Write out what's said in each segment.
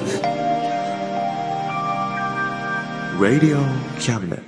Radio Cabinet。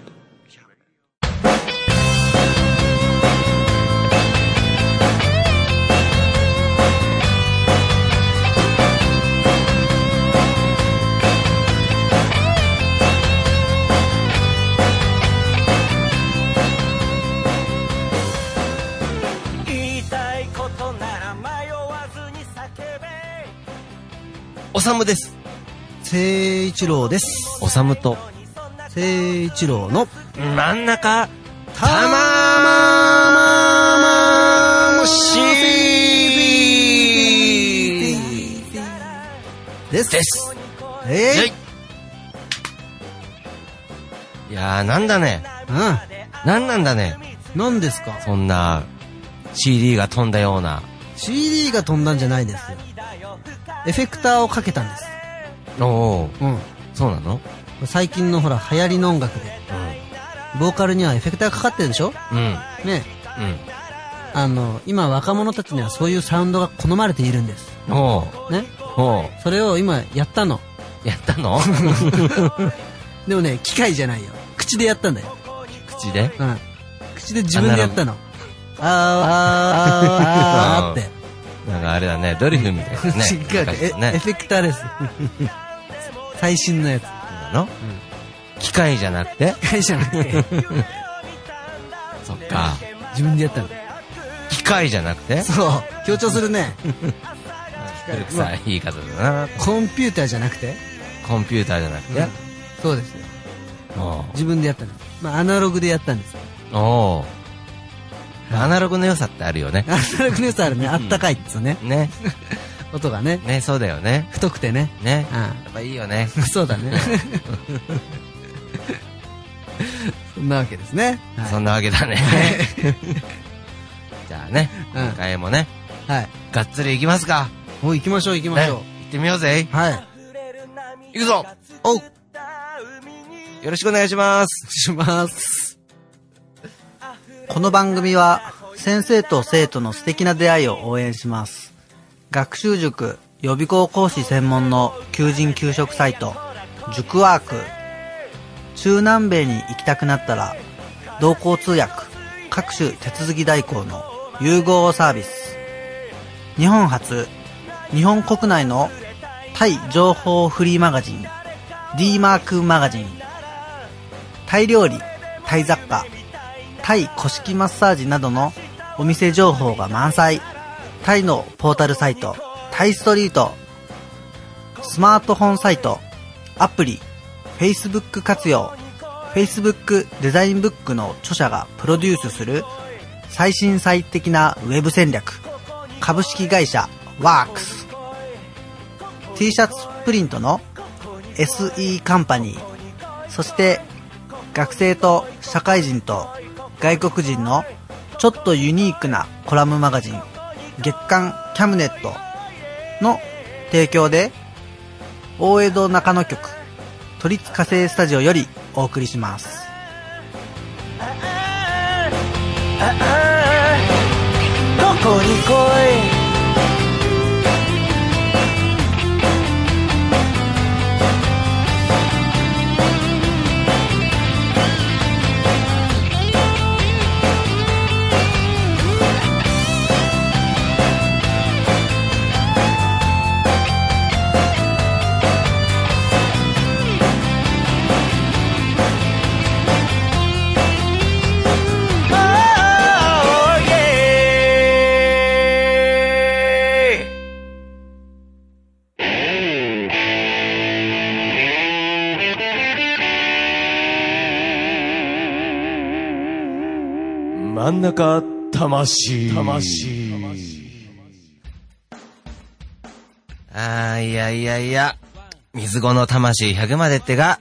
おさむです。 聖一郎です。 おさむと聖一郎の真ん中たまーしです。 いやー、なんだね。なんなんだね。 何ですか。 そんな CD が飛んだような。 CD が飛んだんじゃないですよ。エフェクターをかけたんです。 おー、そうなの。 最近のほら流行りの音楽で、ボーカルにはエフェクターかかってるでしょ。ね、今若者たちにはそういうサウンドが好まれているんです。ね、それを今やったの。でもね、機械じゃないよ。口でやったんだよ。 口で？ 口で自分でやったの。あーって。 なんかあれだね、ドリフみたいなね。 違う、エフェクターです。最新のやつ。 機械じゃなくて？ 機械じゃなくて。 そっか。 自分でやったの。 機械じゃなくて？ そう、強調するね。 古臭い言い方だな。 コンピューターじゃなくて？ コンピューターじゃなくて？ そうですよ。自分でやったんです。アナログでやったんです。 アナログの良さってあるよね。 アナログの良さあるね。あったかいっつうね。 ね。 音がね。 ね、そうだよね。 太くてね。 ね。やっぱいいよね。 そうだね。そんなわけですね。 そんなわけだね。じゃあね、今回もね、がっつり行きますか。 行きましょう。行ってみようぜ。行くぞ。 おう。 よろしくお願いします。 この番組は先生と生徒の素敵な出会いを応援します。学習塾予備校講師専門の求人・求職サイト塾ワーク。中南米に行きたくなったら同行通訳各種手続き代行の融合サービス。日本初、日本国内のタイ情報フリーマガジン D マークマガジン。タイ料理、タイ雑貨、タイ古式マッサージなどのお店情報が満載。タイのポータルサイトタイストリート。スマートフォンサイト、アプリ、Facebook 活用。Facebook デザインブックの著者がプロデュースする最新最適なウェブ戦略。株式会社ワークス。 T シャツプリントの SE カンパニー。そして学生と社会人と外国人のちょっとユニークなコラムマガジン月刊キャムネットの提供で大江戸中野局都立火星スタジオよりお送りします。 どこに来い。 真ん中魂。いや、水子の魂100までってが、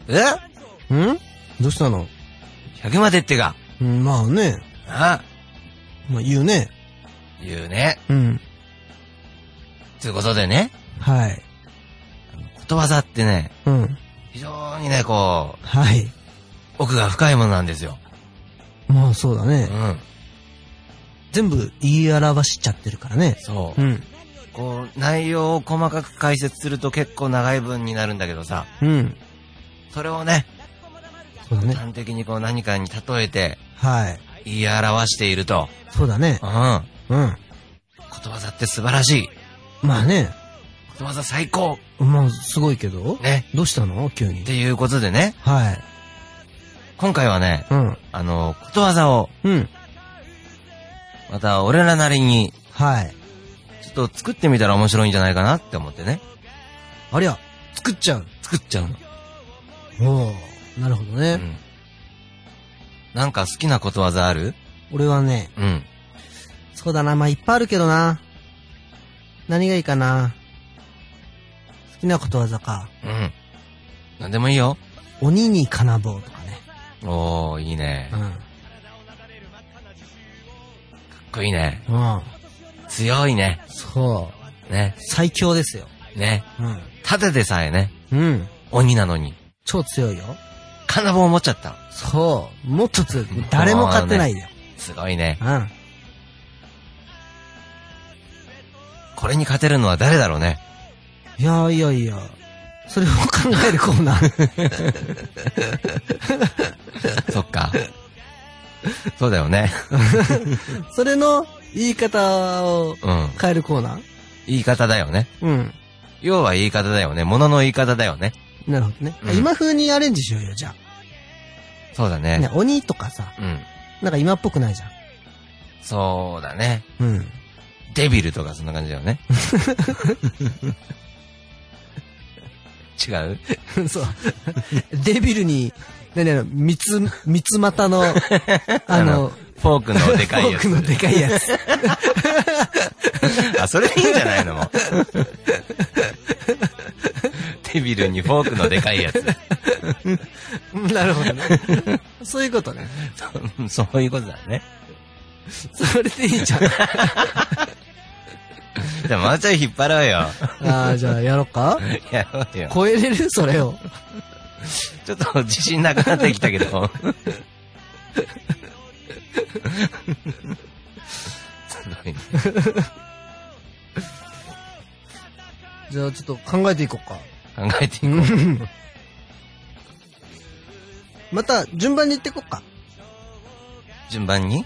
どうしたの。 100までってが、 まあね。言うね。 ということでね。ことわざってね、非常にね、こう、奥が深いものなんですよ。 まあそうだね。全部言い表しちゃってるからね。 そう。 こう、内容を細かく解説すると結構長い文になるんだけどさ。 うん。 それをね、 そうだね。 端的にこう何かに例えて、 はい。 言い表していると。 そうだね。 うん。 うん。 ことわざって素晴らしい。 まあね。 ことわざ最高。 まあ、すごいけど。 ね。 どうしたの急に。 っていうことでね。 はい。 今回はね、 うん。 ことわざを、 うん。 また俺らなりに、 はい。 ちょっと作ってみたら面白いんじゃないかなって思ってね。 ありゃ、作っちゃうの。 おー、なるほどね。 うん。なんか好きなことわざある？ 俺はね、 うん。 そうだな、まあいっぱいあるけどな。何がいいかな。好きなことわざか。 うん。なんでもいいよ。 鬼に金棒とかね。 おー、いいね。 うん。 かっこいいね。 うん。 強いね。 そう。 ね。 最強ですよ。 ね。 うん。 盾でさえね。 うん。 鬼なのに。 超強いよ。 金棒持っちゃったの。 そう。もっと強い。誰も勝ってないよ。 すごいね。 うん。 これに勝てるのは誰だろうね。 いやいやいや。それを考えるコーナー。 そっか。そうだよね。 それの言い方を変えるコーナー、 言い方だよね。 うん。 要は言い方だよね。物の言い方だよね。 なるほどね。今風にアレンジしようよ、じゃあ。 そうだね。 ね、鬼とかさ。 うん。 なんか今っぽくないじゃん。 そうだね。 うん。 デビルとかそんな感じだよね。違うそう。デビルに、三つ股の、 フォークのでかいやつ。 フォークのでかいやつ。 あ、それいいんじゃないのも。デビルにフォークのでかいやつ。 なるほどね。そういうことね。 そういうことだね。 それでいいじゃん。 じゃあもうちょい引っ張ろうよ。 ああ、じゃあやろうか？ やろうよ。 超えれる？それを。 ちょっと自信なくなってきたけど。すごいね。 じゃあちょっと考えていこうか。 考えていこう。 また順番に言っていこうか。 順番に？ うん。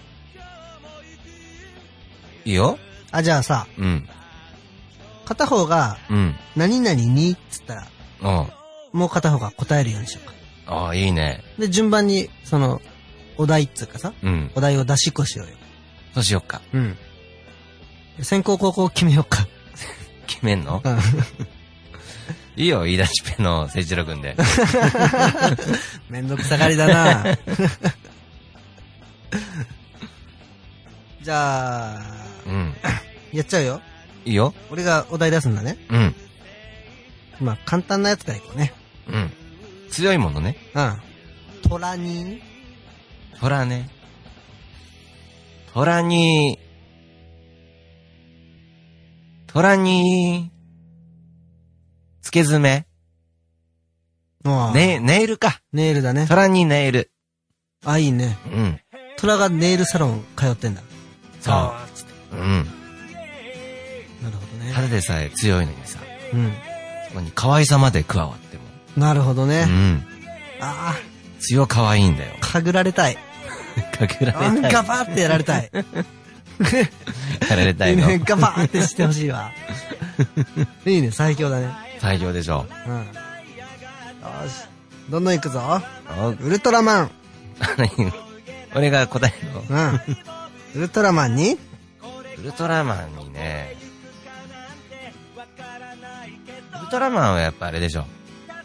いいよ。 あ、じゃあさ、 うん。 片方が、 うん。 何々にっつったら、 うん。 もう片方が答えるようにしようか。 ああ、いいね。 で、順番に、お題っつうかさ、 うん。 お題を出しっこしようよ。 そうしよっか。 うん。先攻後攻決めようか。 決めんの？ うん。 いいよ、言い出しっぺの聖一郎くんで。 めんどくさがりだな。じゃあ、 うん。 やっちゃうよ。 いいよ。 俺がお題出すんだね。 うん。 まあ、簡単なやつからいこうね。 うん。強いものね。 うん。虎に、 虎ね。虎に、つけ爪。ネイルか。 ネイルだね。 虎にネイル。 あ、いいね。 うん。 虎がネイルサロン通ってんだ。 そう。うん。 なるほどね。 ただでさえ強いのにさ。 うん。 そこに可愛さまで加わっても。 なるほどね。 うん。 ああ。 強可愛いんだよ。 かぐられたい。 かぐられたい。 ガバーってやられたい。 やられたいの。 ガバーってしてほしいわ。いいね、最強だね。 最強でしょ。 うん。よし。どんどん行くぞ。ウルトラマン。 俺が答えるの？ うん。ウルトラマンに？ ウルトラマンにね。ウルトラマンはやっぱあれでしょ。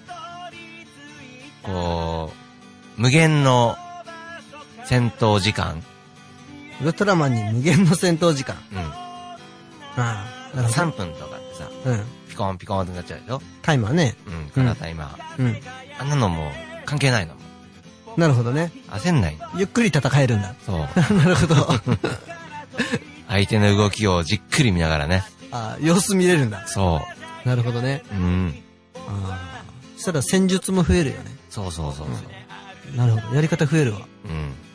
こう、無限の戦闘時間。 ウルトラマンに無限の戦闘時間。 うん。 ああ。 3分とかってさ、 うん。 ピコンピコンってなっちゃうでしょ？ タイマーね。 うん、カラータイマー。 うん。 あんなのもう関係ないの。 なるほどね。 焦んないの。 ゆっくり戦えるんだ。 そう。 なるほど。 相手の動きをじっくり見ながらね。 ああ、様子見れるんだ。 そなるほどね。 う。うん。 ああ。そしたら戦術も増えるよね。 そうそうそうそう。 なるほど。やり方増えるわ。 うん。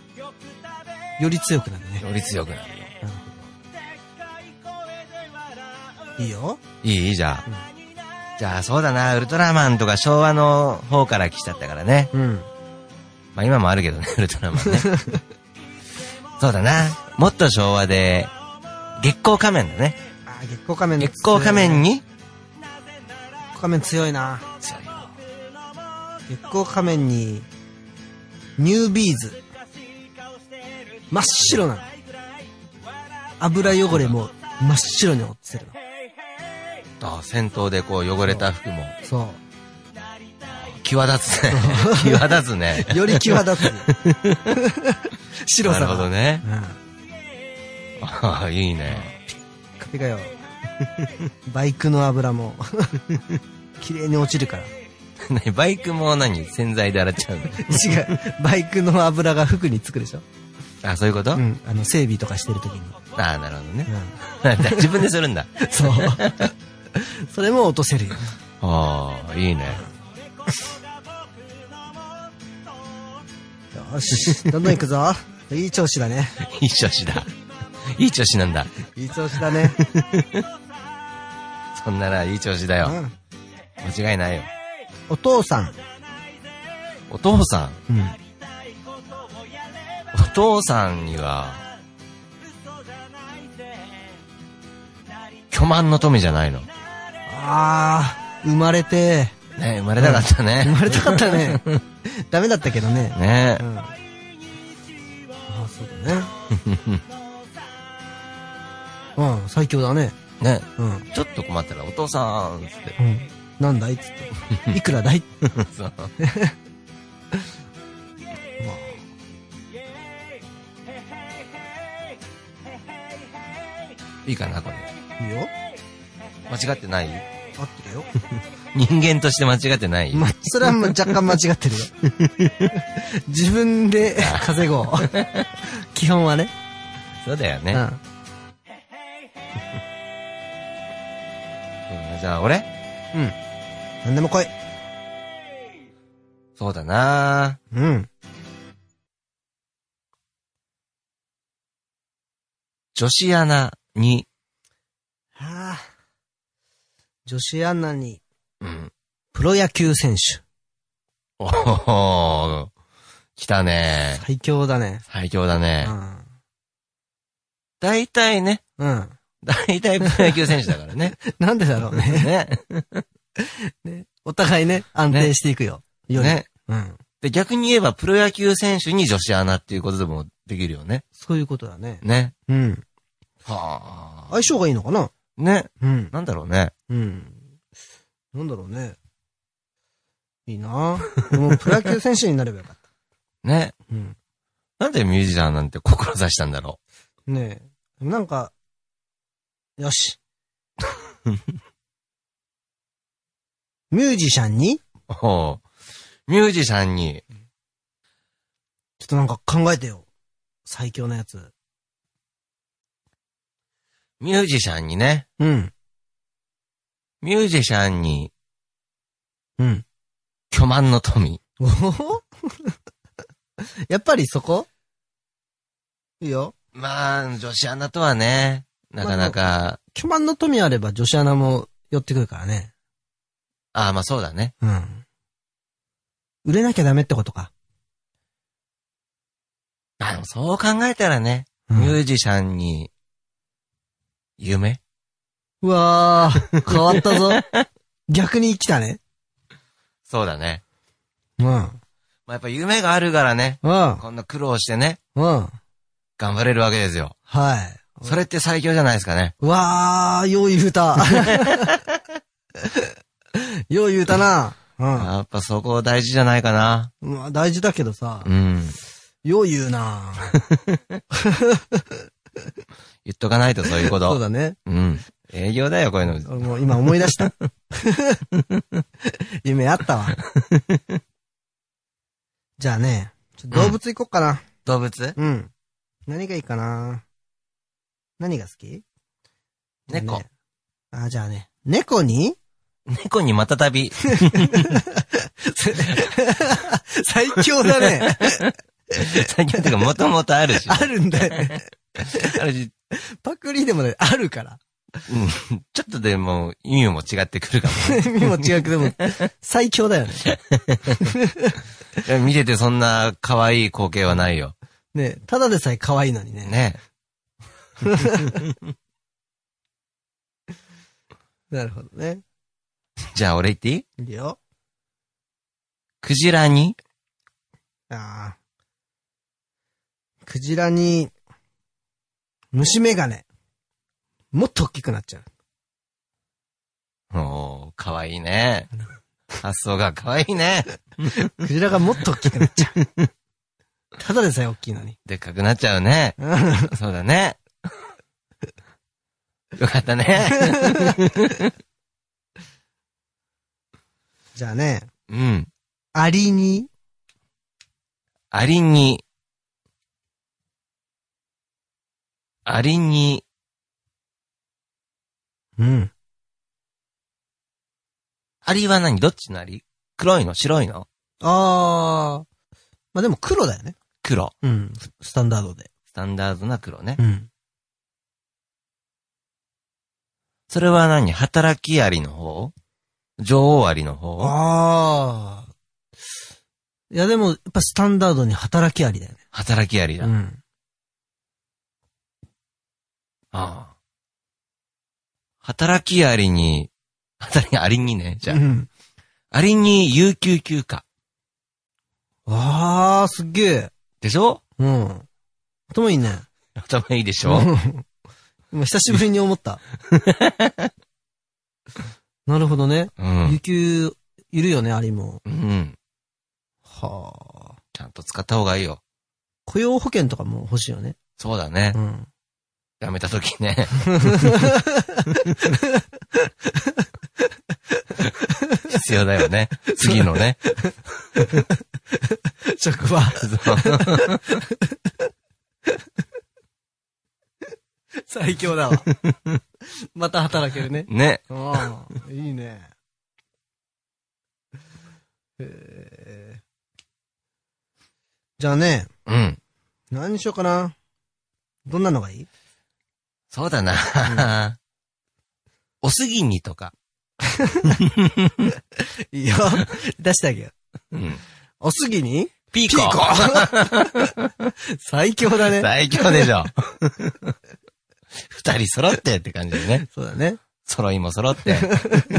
より強くなるね。 より強くなるよ。 なるほいいよ。 いいじゃあ。じゃあそうだな、ウルトラマンとか昭和の方から来ちゃったからね。まあ今もあるけどね、ウルトラマンね。そうだな、もっと昭和で、月光仮面だね。 月光仮面月光仮面に仮面強いな。 強いよ。 月光仮面に、ニュービーズ。真っ白なの。油汚れも真っ白に落ちてるの。 戦闘でこう汚れた服も。 そう。 際立つね。際立つね。 より際立つ。白さが。 なるほどね。ああ、いいね。 ピッカピカよ。バイクの油も、綺麗に落ちるから。 バイクも洗剤で洗っちゃうの？ 違う。バイクの油が服につくでしょ。 あ、そういうこと？ 整備とかしてるときに。 ああ、なるほどね。自分でするんだ。 そう。それも落とせるよ。 ああ、いいね。 よし、どんどん行くぞ。いい調子だね。 いい調子だ。いい調子なんだ。 いい調子だね。 そんならいい調子だよ。間違いないよ。 お父さん。 お父さん？お父さんには、巨万の富じゃないの？ 生まれて。 ね、生まれたかったね。 生まれたかったね。ダメだったけどね。 ね。 そうだね。最強だね。 ね。ちょっと困ったら、お父さんつって。 なんだいっつって。いくらだい？そう。 いいかな、これ。 いいよ。 間違ってない？ 合ってるよ。 人間として間違ってない？ それは若干間違ってるよ。自分で稼ごう。基本はね。 そうだよね。じゃあ、俺？ 何でも来い。 そうだな。女子アナに。 女子アナに。プロ野球選手。 おー、来たね。 最強だね。 最強だね。大体ね。大体プロ野球選手だからね。 なんでだろうね。ね。お互いね、安定していくよ。 ね。で、逆に言えばプロ野球選手に女子アナっていうことでもできるよね。 そういうことだね。 ね。 はあ。相性がいいのかな？ ね。なんだろうね。 なんだろうね。いいなもうプロ野球選手になればよかった。 ね。なんでミュージシャンなんて志したんだろう。ねえ。なんか、よし。ミュージシャンに？ ミュージシャンに。 ちょっとなんか考えてよ。最強なやつ。 ミュージシャンにね。ミュージシャンに。巨万の富。 やっぱりそこ？いいよ。 まあ、女子アナとはね、なかなか。 巨万の富あれば女子アナも寄ってくるからね。 ああ、まあそうだね。 売れなきゃダメってことか。 そう考えたらね、ミュージシャンに、夢？ うわー、変わったぞ。逆に来たね。 そうだね。まあやっぱ夢があるからね。こんな苦労してね。頑張れるわけですよ。 はい。 それって最強じゃないですかね。 うわー、よう言うた。よう言うたな。 やっぱそこ大事じゃないかな。 まあ大事だけどさ。よう言うな。 言っとかないとそういうこと。 そうだね。 営業だよ、こういうの。 もう今思い出した。夢あったわ。じゃあね、動物行こっかな。 動物？ 何がいいかな。何が好き？ 猫。 じゃあね、猫にまた旅。 最強だね。 最強ってかもともとあるし。 あるんだよね。 あるし。 パクリでもね、あるから。 ちょっとでも意味も違ってくるかも、 ね。意味も違うけども、最強だよね。 いや見ててそんな可愛い光景はないよ。 ね、ただでさえ可愛いのにね。 ね。 なるほどね。 じゃあ俺言っていい？ いいよ。 クジラにああ。クジラに、虫眼鏡。もっと大きくなっちゃう。 おー、かわいいね。発想がかわいいね。 クジラがもっと大きくなっちゃう。ただでさえ大きいのに。 でっかくなっちゃうね。そうだね。よかったね。 じゃあね。 うん。 アリに、 アリに、アリに、 うん。 アリは何？どっちのアリ？黒いの？白いの？ ああ。まあでも黒だよね。 黒。 うん。スタンダードで。 スタンダードな黒ね。 うん。 それは何？働きアリの方？女王アリの方？ ああ。いやでも、やっぱスタンダードに働きアリだよね。 働きアリだ。 うん。 ああ。働きアリに、アリにね、じゃあ。 うん。 アリに有給休暇。 ああ、すっげえ。 でしょ？ うん。頭いいね。 頭いいでしょ？ 今久しぶりに思った。なるほどね。 うん。 有給いるよね、アリも。 うん。 はあ。 ちゃんと使った方がいいよ。 雇用保険とかも欲しいよね。 そうだね。 うん。 辞めた時ね。必要だよね。次のね。 職場。最強だわ。また働けるね。 ね。 ああ、いいね。じゃあね。 うん。 何にしようかな。どんなのがいい？ そうだな。おすぎにとか。 いいよ。出してあげよう。 うん。 おすぎにピーコ最強だね。 最強でしょ。二人揃ってって感じでね。 そうだね。 揃いも揃って。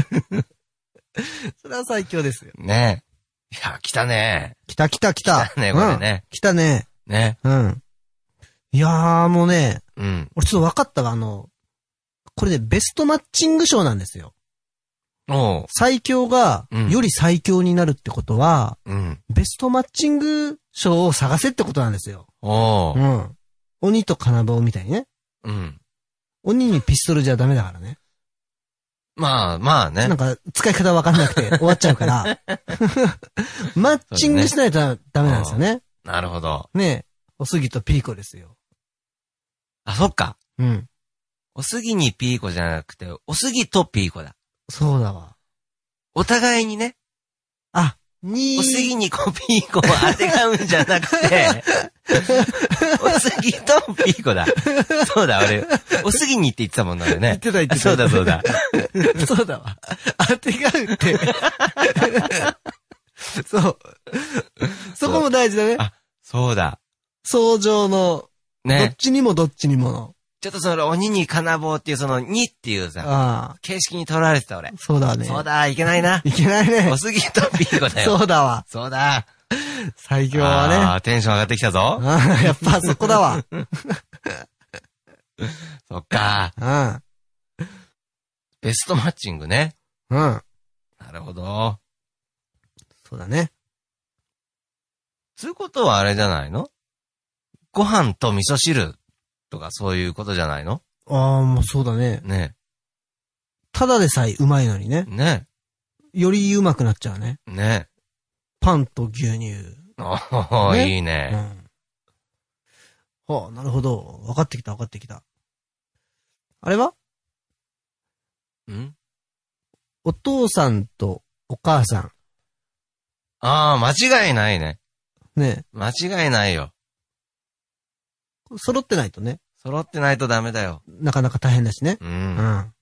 それは最強ですよ。 ねえ。いや、来たね。 来た。 来たね、これね。 来たね。 ね。 うん。いやーもうね、 うん。 俺ちょっと分かったわ、これね、ベストマッチング賞なんですよ。 おう。 最強が、より最強になるってことは、 うん。 ベストマッチング賞を探せってことなんですよ。 おう。 うん。鬼と金棒みたいにね。 うん。 鬼にピストルじゃダメだからね。 まあね。 なんか、使い方わかんなくて終わっちゃうから。マッチングしないとダメなんですよね。 なるほど。 ねえ、おすぎとピーコですよ。 あ、そっか。 うん。 おすぎにピーコじゃなくて、おすぎとピーコだ。 そうだわ。 お互いにね。 あ、 おすぎにピーコを当てがうんじゃなくて、おすぎとピーコだ。そうだ、俺、おすぎにって言ってたもんなんだよね。 言ってた。 そうだ。 そうだわ。当てがうって。そう。そこも大事だね。 あ、そうだ。 相乗の、 ね。 どっちにもの。 ちょっとその鬼に金棒っていうその2っていうさ、形式に取られてた俺。 そうだね。 そうだ、いけないな。 いけないね。 おすぎとピーコだよ。 そうだわ。 そうだ。 最強はね。 あ、テンション上がってきたぞ。 やっぱそこだわ。 そっか。ベストマッチングね。なるほど。 そうだね。 つうことはあれじゃないの？ご飯と味噌汁とかそういうことじゃないの？ ああ、もうそうだね。 ね。 ただでさえうまいのにね。 ね。 よりうまくなっちゃうね。 ね。 パンと牛乳。 おー、いいね。 はあ、なるほど。分かってきた。あれは？お父さんとお母さん。 ああ、間違いないね。 ね。 間違いないよ。 揃ってないとね。 揃ってないとダメだよ。 なかなか大変だしね。 うん。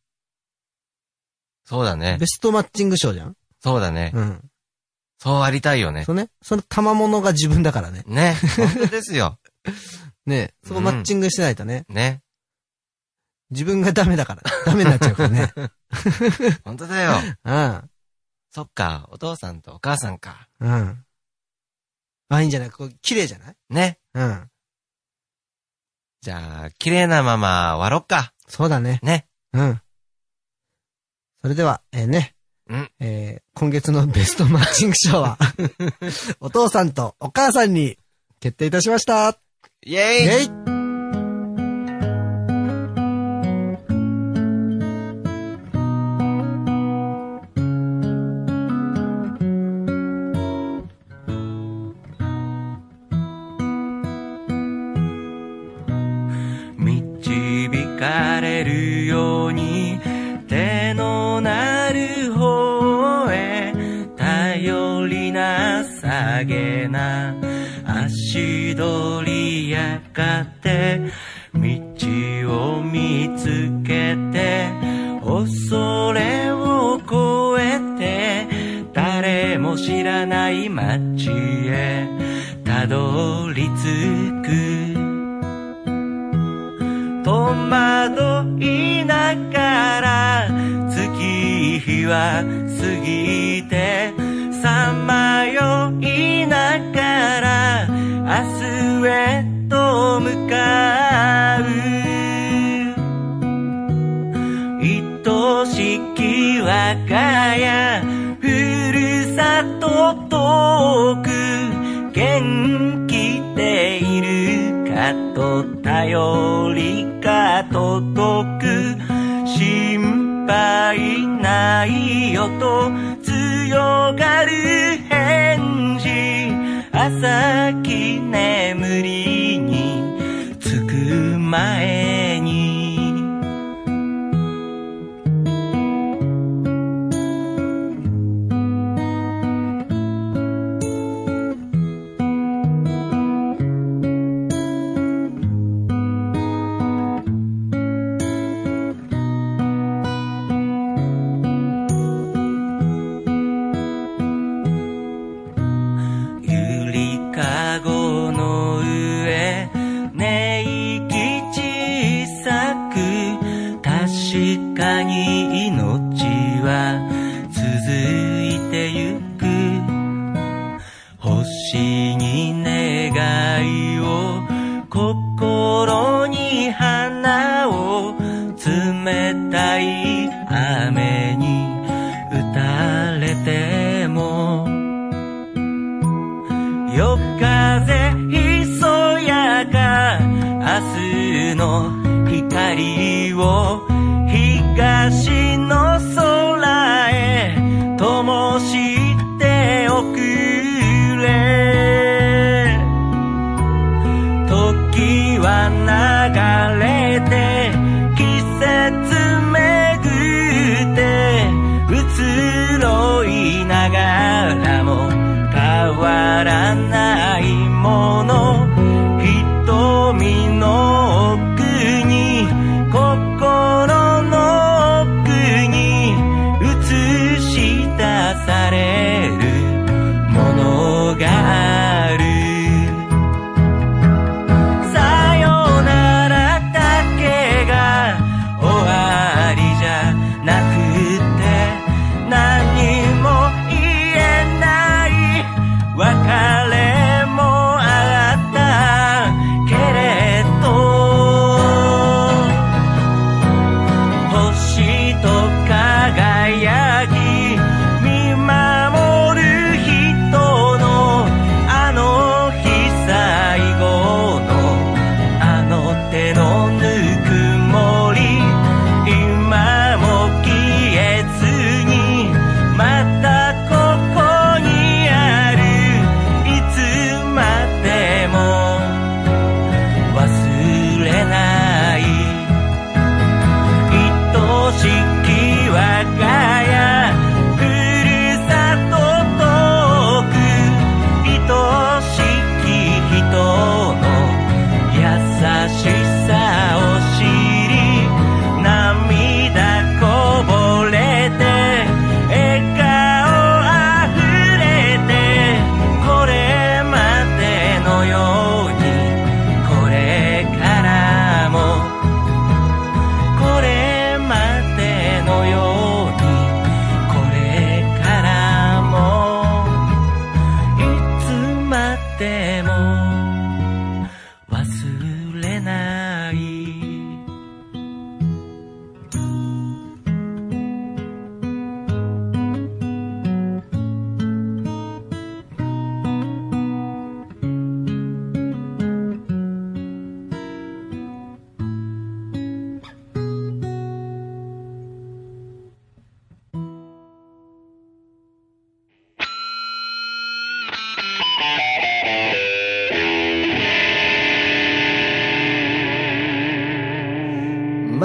そうだね。 ベストマッチング賞じゃん。 そうだね。 うん。 そうありたいよね。 そうね。その賜物が自分だからね。 ね。本当ですよ。 ね。そこマッチングしてないとね。 ね。 自分がダメだから。ダメになっちゃうからね。 本当だよ。 うん。 そっか。お父さんとお母さんか。 うん。あ、いいんじゃない？こう綺麗じゃない？ ね。 うん。 じゃあ、綺麗なまま終わろっか。 そうだね。 ね。 うん。それでは、ね。 うん。 今月のベストマッチング賞は、お父さんとお母さんに決定いたしました。 イェイ！ イェイ！ 導かれるように手のなる方へ頼りなさげな足取りやがて道を見つけて恐れを越えて誰も知らない街へたどり着く戸惑いながら月日は過ぎてさまよいながら明日へと向かう愛しき我が家ふるさと遠く元気でいるかと頼りが届く心配ないよと強がる返事朝き眠りにつく前に星に願いを心に花を冷たい雨に打たれても夜風ひそやか明日の光を東の空へ灯しておく時は流れて季節巡って移ろいながらも変わらないもの瞳の奥に心の奥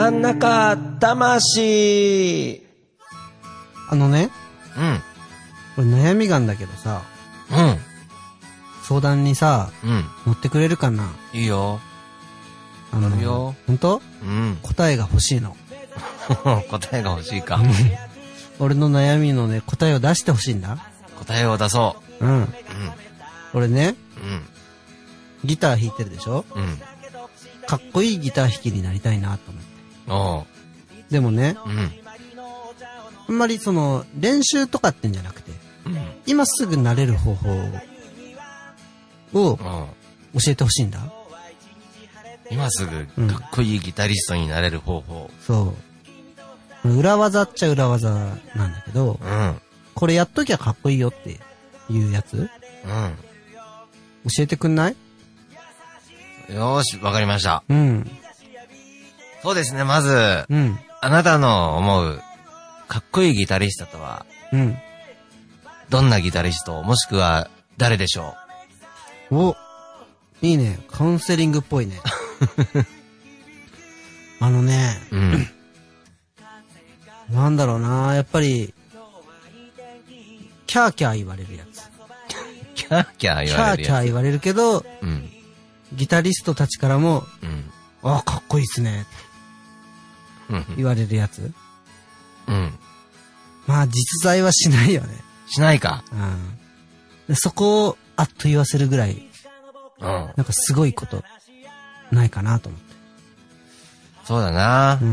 真ん中魂。 あのね、 うん。 これ悩みがあんだけどさ、 うん。 相談にさ、 うん。 乗ってくれるかな？ いいよ。 乗るよ。 ほんと？ うん。 答えが欲しいの。 答えが欲しいか。 俺の悩みのね、答えを出して欲しいんだ。 答えを出そう。うん。 う。 俺ね、 うん。 ギター弾いてるでしょ？ うん。 かっこいいギター弾きになりたいなと思って。 おう。 でもね、 うん。 あんまりその、練習とかってんじゃなくて、 うん。 今すぐなれる方法を教えてほしいんだ。 今すぐかっこいいギタリストになれる方法。 そう。裏技っちゃ裏技なんだけど、 うん。 これやっときゃかっこいいよっていうやつ、 うん。 教えてくんない？ よーし、わかりました。 うん。 そうですね、まず、 うん。 あなたの思う、かっこいいギタリストとは、 うん。 どんなギタリスト、もしくは誰でしょお、いいね。カウンセリングっぽいね。あのね、 う？うん。 なんだろうな、やっぱり、キャーキャー言われるやつ。 キャーキャー言われるやつ。 キャーキャー言われるけど、 うん。 ギタリストたちからも、 うん。 あ、かっこいいっすね。 うん。 言われるやつ。 うん。 まあ、実在はしないよね。 しないか。 うん。でそこを、あっと言わせるぐらい、 うん。 なんかすごいこと、ないかなと思って。 そうだな。 うん。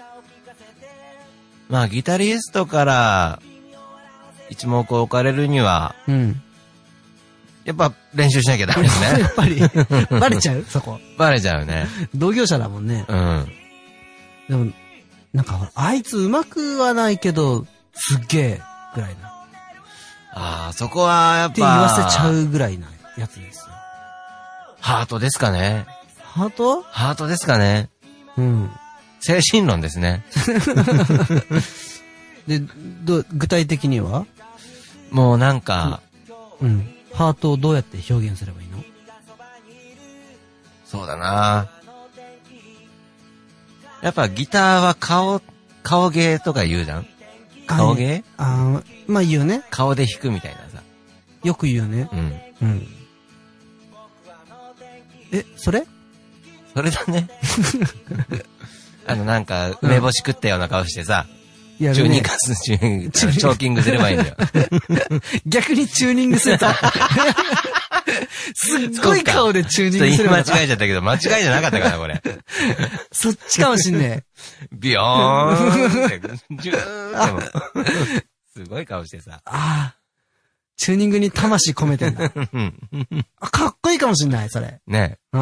まあ、ギタリストから一目置かれるには、 うん。 やっぱ練習しなきゃダメですね。 やっぱり、バレちゃうそこ。 バレちゃうね。 同業者だもんね。 うん。 でも、なんかほら、あいつ上手くはないけど、すっげえ、ぐらいな。 ああ、そこはやっぱ。 って言わせちゃうぐらいなやつですよ。 ハートですかね。 ハート？ ハートですかね。 うん。 精神論ですね。 で、具体的には？ もうなんか、 うん。ハートをどうやって表現すればいいの？ そうだな。やっぱギターは顔芸とか言うじゃん？顔芸？ ああ、まあ言うね。 顔で弾くみたいなさ。 よく言うね。 うん。 うん。それだね。なんか、梅干し食ったような顔してさ、 チューニングチョーキングすればいいんだよ。 逆にチューニングすると。すっごい顔でチューニングすればいい。 言い間違えちゃったけど、間違いじゃなかったかな、これ。 そっちかもしんねえ。 ビヨーンって、ジューンって。すごい顔してさ。 ああ。チューニングに魂込めてんだ。あ、かっこいいかもしんない、それ。 ねえ。うん。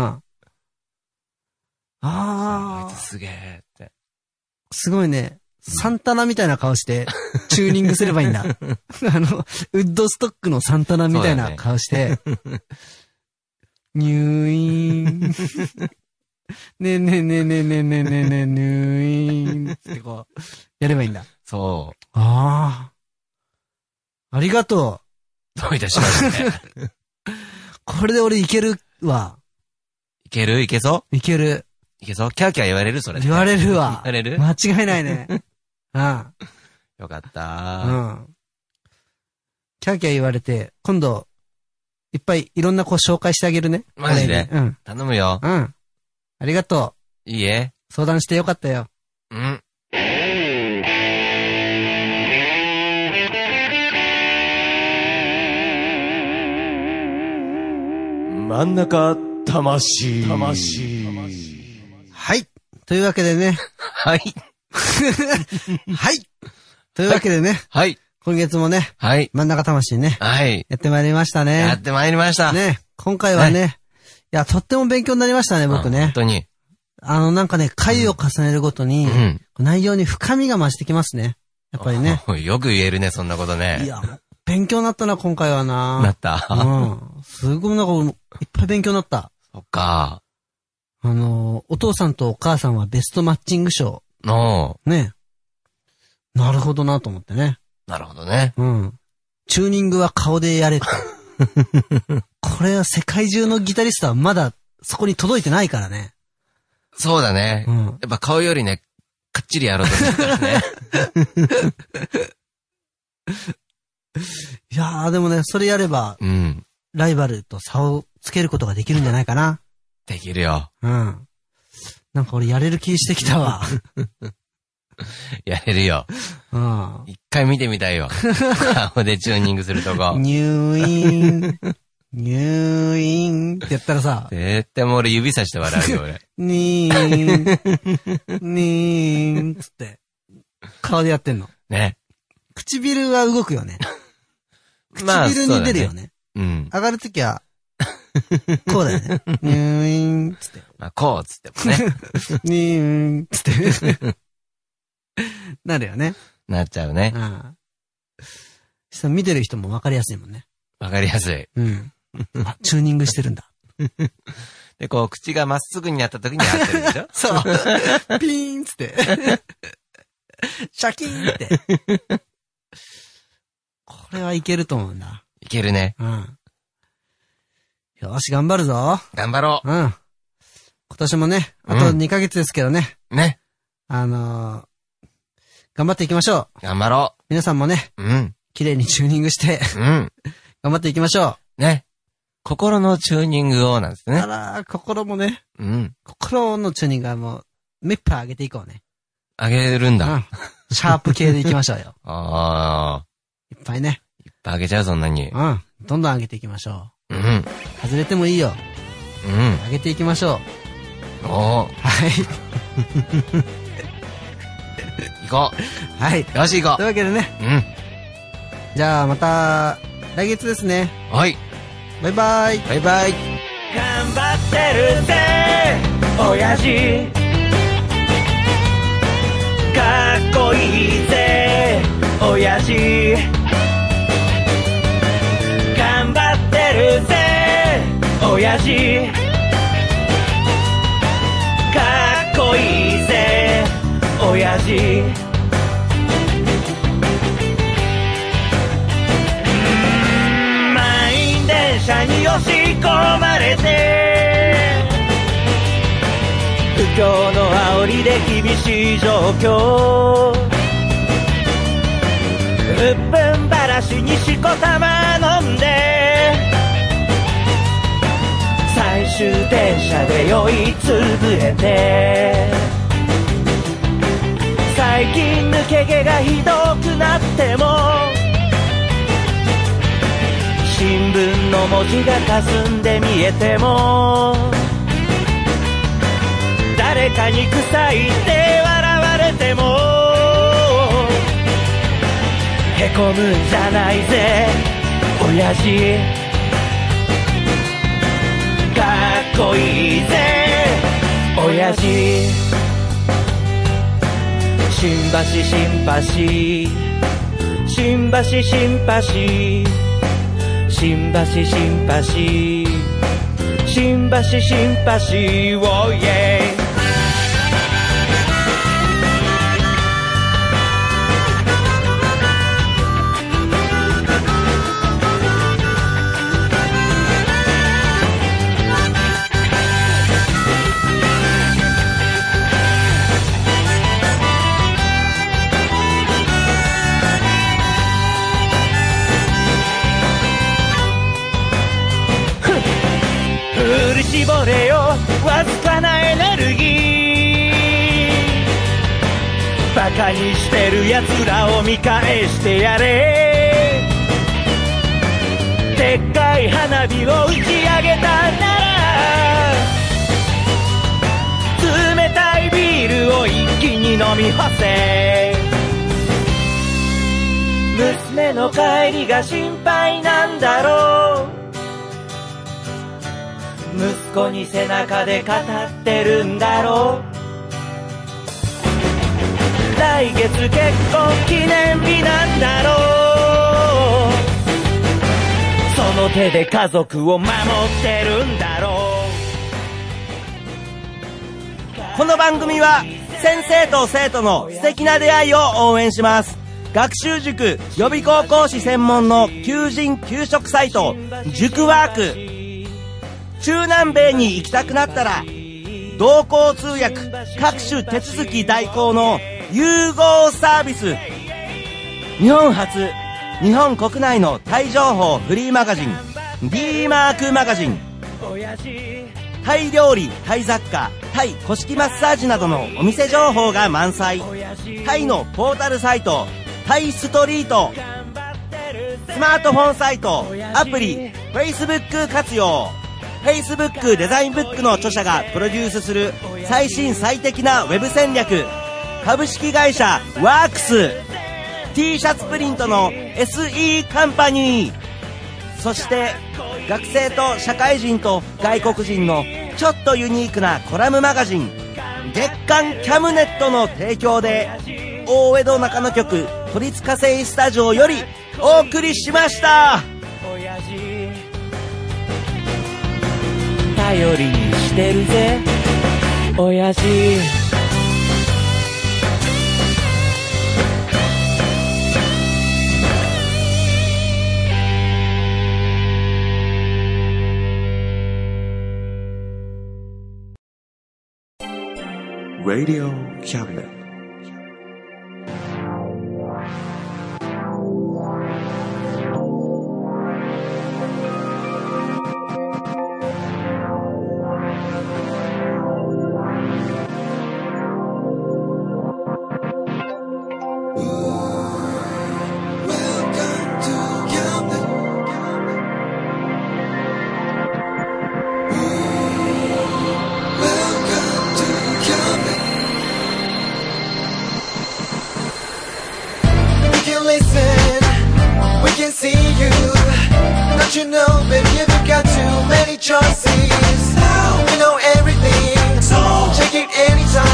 ああ。 すげえって。 すごいね。サンタナみたいな顔して、チューニングすればいいんだ。ウッドストックのサンタナみたいな顔して、入院。ねえねえねえねえねえねえねえねえ、入院ってこう、やればいいんだ。 そう。 ああ。ありがとう。どういたしまして。 これで俺いけるわ。 いける？いけそう？ いける。 いけそう？キャーキャー言われる？それ。 言われるわ。 言われる？ 間違いないね。うん。 よかったうん。キャーキャー言われて、今度、いっぱいいろんな子紹介してあげるね。 マジで？ うん。 頼むよ。 うん。ありがとう。いいえ。 相談してよかったよ。 うん。 真ん中魂。 はい。というわけでね。 はい。 はい。というわけでね。 はい。 今月もね。 はい。 真ん中魂ね。 はい。 やってまいりましたね。 やってまいりました。 ね。今回はね。いや、とっても勉強になりましたね、僕ね。 本当に。 なんかね、回を重ねるごとに、内容に深みが増してきますね。やっぱりね。 よく言えるね、そんなことね。 いや、勉強になったな、今回はな。 なった。 うん。すごいなんか、いっぱい勉強になった。 そっか。 お父さんとお母さんはベストマッチング賞。ね。なるほどなと思ってね。 なるほどね。 うん。チューニングは顔でやれと。これは世界中のギタリストはまだそこに届いてないからね。 そうだね。やっぱ顔よりね、かっちりやろうとするからね。 いやーでもね、それやれば、ライバルと差をつけることができるんじゃないかな。 できるよ。 なんか俺やれる気してきたわ。 やれるよ。一回見てみたいよ。顔でチューニングするとこ。 入院ってやったらさ。 絶対もう俺指さして笑うよ、俺。 にーんつって。顔でやってんの。 ね。 唇は動くよね。唇に出るよね。上がるときは、こうだよね。入院つって。 まあ、こうつってもね。 入院つって。なるよね。 なっちゃうね。 見てる人も分かりやすいもんね。 分かりやすい。 あ、チューニングしてるんだ。 で、こう、口がまっすぐになった時に合ってるでしょ。 そう。ピーンつって。シャキーンって。これはいけると思うんだ。 いけるね。 よし、頑張るぞ。 頑張ろう。 今年もね、あと2ヶ月ですけどね。 ね。 頑張っていきましょう。 頑張ろう。 皆さんもね、綺麗にチューニングして、頑張っていきましょう。ね。心のチューニングをなんですね。 あら、心もね。心のチューニングはもう、目いっぱい上げていこうね。 上げるんだ。 シャープ系でいきましょうよ。いっぱいね。 いっぱい上げちゃう、そんなに。 どんどん上げていきましょう。外れてもいいよ。上げていきましょう。はい。 行こう。はい。 よし行こう。 というわけでね。じゃあまた、来月ですね。 はい。 バイバイ。 バイバイ。 頑張ってるぜ、親父。かっこいいぜ、親父。頑張ってるぜ、親父。かっこいいぜ、親父。満員電車に押し込まれて、不況の煽りで厳しい状況、うっぷんばらしにしこたま飲んで、最終電車で酔いつぶれて、最近抜け毛がひどくなっても、新聞の文字が霞んで見えても、誰かに臭いって笑われても、へこむんじゃないぜ、親父。かっこいいぜ、親父。新橋新橋新橋新橋新橋新橋新橋新橋おいえ。絞れよわずかなエネルギー、バカにしてるやつらを見返してやれ。でっかい花火を打ち上げたなら、冷たいビールを一気に飲み干せ。娘の帰りが心配なんだろう、息子に背中で語ってるんだろう、来月結婚記念日なんだろう、その手で家族を守ってるんだろう。この番組は先生と生徒の素敵な出会いを応援します。学習塾予備校講師専門の求人・求職サイト塾ワーク。中南米に行きたくなったら同行通訳各種手続き代行の融合サービス。日本初、日本国内のタイ情報フリーマガジン D マークマガジン。タイ料理、タイ雑貨、タイ古式マッサージなどのお店情報が満載。タイのポータルサイトタイストリート。スマートフォンサイト、アプリ、Facebook 活用。Facebook デザインブックの著者がプロデュースする最新最適なウェブ戦略。株式会社ワークス。 T シャツプリントの SE カンパニー。そして学生と社会人と外国人のちょっとユニークなコラムマガジン月刊キャムネットの提供で大江戸中野局都立火星スタジオよりお送りしました。頼りにしてるぜ親父。 Radio Cabinet. You know, baby, you've got too many choices. You know everything, so check it anytime.